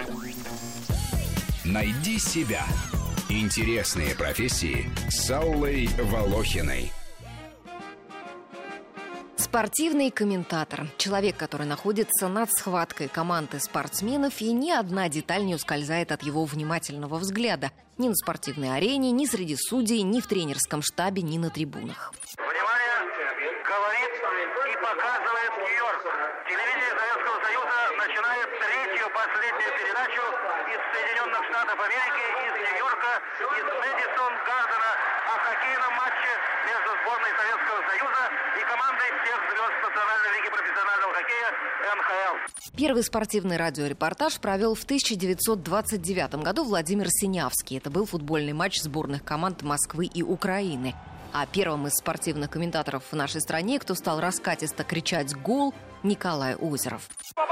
Найди себя. Интересные профессии с Аллой Волохиной. Спортивный комментатор. Человек, который находится над схваткой команды спортсменов, и ни одна деталь не ускользает от его внимательного взгляда. Ни на спортивной арене, ни среди судей, ни в тренерском штабе, ни на трибунах. Внимание! Говорит и показывает Нью-Йорк. Телевидение Советского Союза начинает третью, последнюю передачу из Соединенных Штатов Америки, из Нью-Йорка, из Мэдисон Гардена о хоккейном матче между сборной Советского Союза и командой всех звезд Национальной лиги профессионального хоккея НХЛ. Первый спортивный радиорепортаж провел в 1929 году Владимир Синявский. Это был футбольный матч сборных команд Москвы и Украины. А первым из спортивных комментаторов в нашей стране, кто стал раскатисто кричать «гол», Николай Озеров.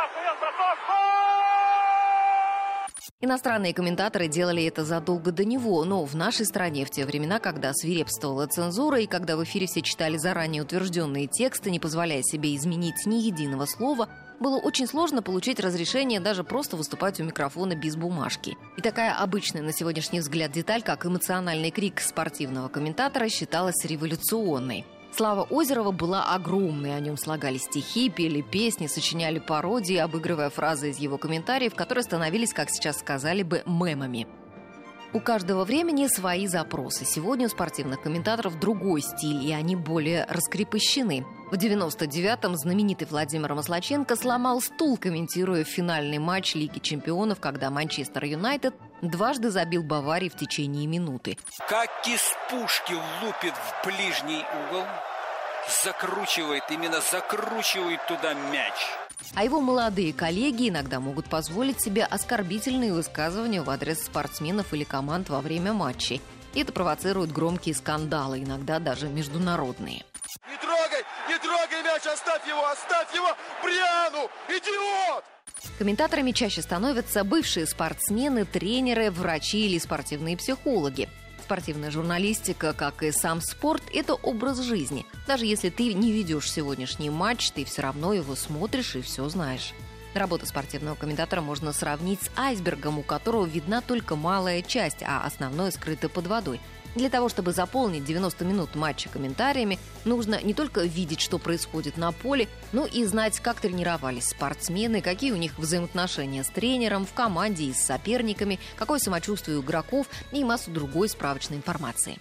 Иностранные комментаторы делали это задолго до него, но в нашей стране в те времена, когда свирепствовала цензура и когда в эфире все читали заранее утвержденные тексты, не позволяя себе изменить ни единого слова, было очень сложно получить разрешение даже просто выступать у микрофона без бумажки. И такая обычная на сегодняшний взгляд деталь, как эмоциональный крик спортивного комментатора, считалась революционной. Слава Озерова была огромной, о нем слагали стихи, пели песни, сочиняли пародии, обыгрывая фразы из его комментариев, которые становились, как сейчас сказали бы, мемами. У каждого времени свои запросы. Сегодня у спортивных комментаторов другой стиль, и они более раскрепощены. В 99-м знаменитый Владимир Маслаченко сломал стул, комментируя финальный матч Лиги чемпионов, когда Манчестер Юнайтед дважды забил Баварии в течение минуты. Как из пушки лупит в ближний угол, закручивает туда мяч. А его молодые коллеги иногда могут позволить себе оскорбительные высказывания в адрес спортсменов или команд во время матчей. И это провоцирует громкие скандалы, иногда даже международные. Не трогай мяч, оставь его, Бриану, идиот! Комментаторами чаще становятся бывшие спортсмены, тренеры, врачи или спортивные психологи. Спортивная журналистика, как и сам спорт, это образ жизни. Даже если ты не ведешь сегодняшний матч, ты все равно его смотришь и все знаешь. Работу спортивного комментатора можно сравнить с айсбергом, у которого видна только малая часть, а основное скрыто под водой. Для того, чтобы заполнить 90 минут матча комментариями, нужно не только видеть, что происходит на поле, но и знать, как тренировались спортсмены, какие у них взаимоотношения с тренером, в команде и с соперниками, какое самочувствие у игроков и массу другой справочной информации.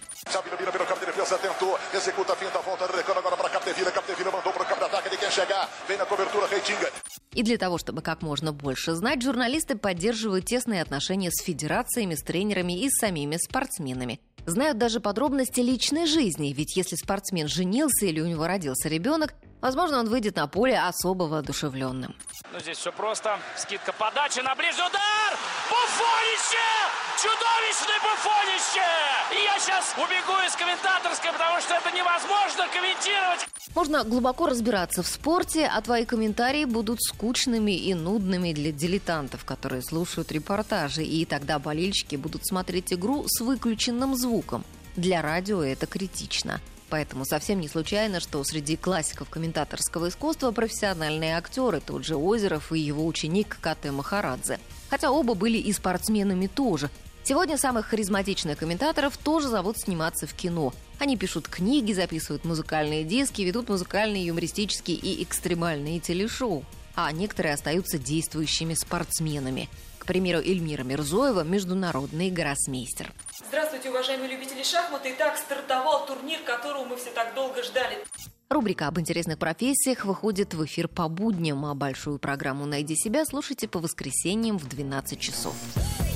И для того, чтобы как можно больше знать, журналисты поддерживают тесные отношения с федерациями, с тренерами и с самими спортсменами. Знают даже подробности личной жизни, ведь если спортсмен женился или у него родился ребенок, возможно, он выйдет на поле особо воодушевленным. Ну, здесь все просто. Скидка, подача на ближний удар! Буфонище! Чудовищное буфонище! И я сейчас убегу из комментаторской, потому что это невозможно комментировать. Можно глубоко разбираться в спорте, а твои комментарии будут скучными и нудными для дилетантов, которые слушают репортажи, и тогда болельщики будут смотреть игру с выключенным звуком. Для радио это критично. Поэтому совсем не случайно, что среди классиков комментаторского искусства профессиональные актеры, тот же Озеров и его ученик Кате Махарадзе. Хотя оба были и спортсменами тоже. Сегодня самых харизматичных комментаторов тоже зовут сниматься в кино. Они пишут книги, записывают музыкальные диски, ведут музыкальные, юмористические и экстремальные телешоу. А некоторые остаются действующими спортсменами. К примеру, Эльмира Мирзоева – международный гроссмейстер. Здравствуйте, уважаемые любители шахматы. Итак, стартовал турнир, которого мы все так долго ждали. Рубрика об интересных профессиях выходит в эфир по будням, а большую программу «Найди себя» слушайте по воскресеньям в 12 часов.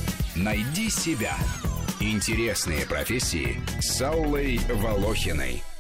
Найди себя. Интересные профессии с Аллой Волохиной.